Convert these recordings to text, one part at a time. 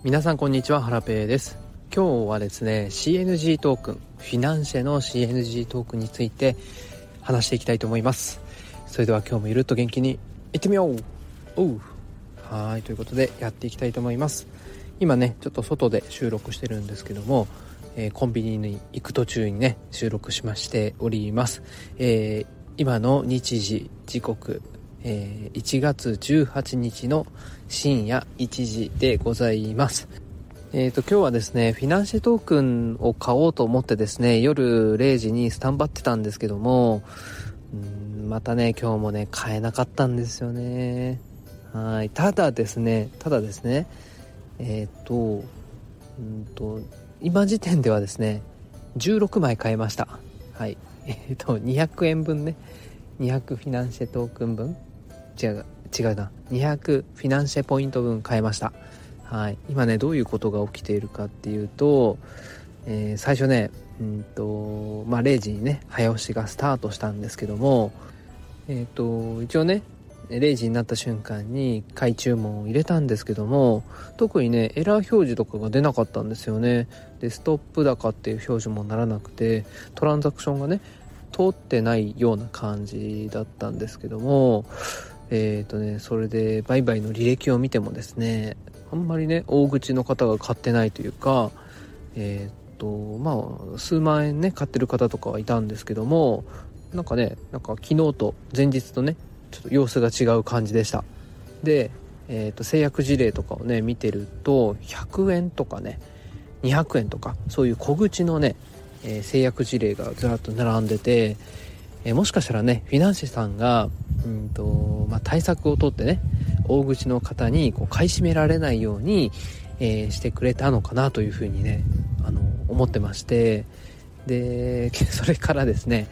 皆さんこんにちは、ハラペーです。今日はですね CNG トークン、フィナンシェの CNG トークンについて話していきたいと思います。それでは今日もゆるっと元気にいってみよう。はい、ということでやっていきたいと思います。今ねちょっと外で収録してるんですけども、コンビニに行く途中にね収録しましております。今の時刻1月18日の深夜1時でございます。今日はですねフィナンシェトークンを買おうと思ってですね夜0時にスタンバってたんですけども、またね今日もね買えなかったんですよね。はい、ただですね今時点ではですね16枚買えました。はい、200円分ね、200フィナンシェトークン分違うな、200フィナンシェポイント分買えました。はい、今ねどういうことが起きているかっていうと、最初ね0時にね早押しがスタートしたんですけども、一応ね0時になった瞬間に買い注文を入れたんですけども、特にねエラー表示とかが出なかったんですよね。でストップ高っていう表示もならなくて、トランザクションがね通ってないような感じだったんですけども、それで売買の履歴を見てもですね、あんまりね大口の方が買ってないというか、数万円ね買ってる方とかはいたんですけども、なんか昨日と前日とねちょっと様子が違う感じでした。で、制約事例とかをね見てると100円とかね200円とかそういう小口のね、制約事例がずらっと並んでて、もしかしたらねフィナンシェさんが対策を取ってね大口の方に買い占められないように、してくれたのかなというふうにね思ってまして、でそれからですね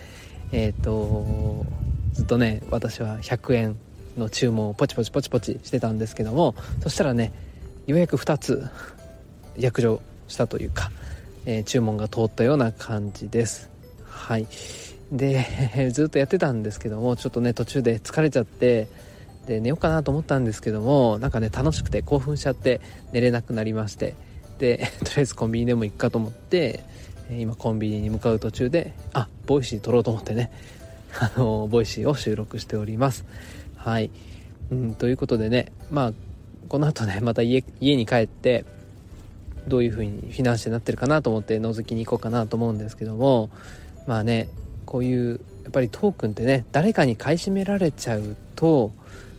ずっとね私は100円の注文をポチポチしてたんですけども、そしたらねようやく2つ約定したというか、注文が通ったような感じです。はい、でずっとやってたんですけども、ちょっとね途中で疲れちゃってで寝ようかなと思ったんですけども、なんかね楽しくて興奮しちゃって寝れなくなりまして、でとりあえずコンビニでも行くかと思って今コンビニに向かう途中でボイシー撮ろうと思ってねボイシーを収録しております。はい、ということでねこの後ねまた家に帰ってどういう風にフィナンシェになってるかなと思って覗きに行こうかなと思うんですけども、こういうやっぱりトークンってね誰かに買い占められちゃうと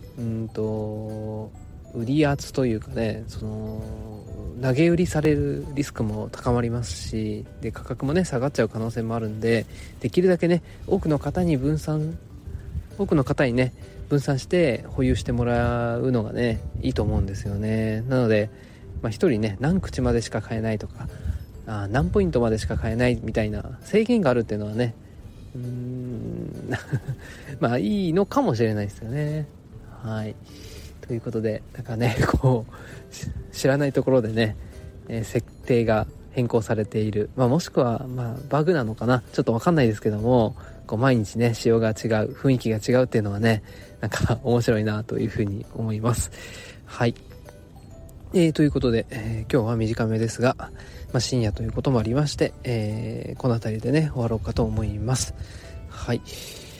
売り圧というかね、投げ売りされるリスクも高まりますし、で価格もね下がっちゃう可能性もあるんで、できるだけね多くの方に分散して保有してもらうのがねいいと思うんですよね。なので一人ね何口までしか買えないとか何ポイントまでしか買えないみたいな制限があるっていうのはねいいのかもしれないですよね。はい、ということで知らないところでね、設定が変更されている、もしくはバグなのかな、ちょっと分かんないですけども、毎日ね仕様が違う、雰囲気が違うっていうのはね面白いなというふうに思います。はい、ということで、今日は短めですが、深夜ということもありまして、この辺りでね終わろうかと思います。はい、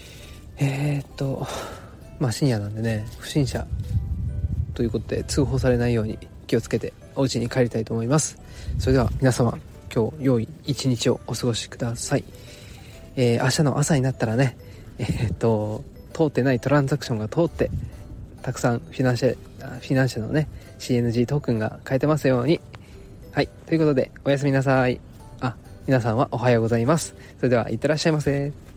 深夜なんでね不審者ということで通報されないように気をつけてお家に帰りたいと思います。それでは皆様今日良い一日をお過ごしください。明日の朝になったらね通ってないトランザクションが通ってたくさんフィナンシェのね CNG トークンが買えてますように。はい、ということでおやすみなさい。皆さんはおはようございます。それではいってらっしゃいませ。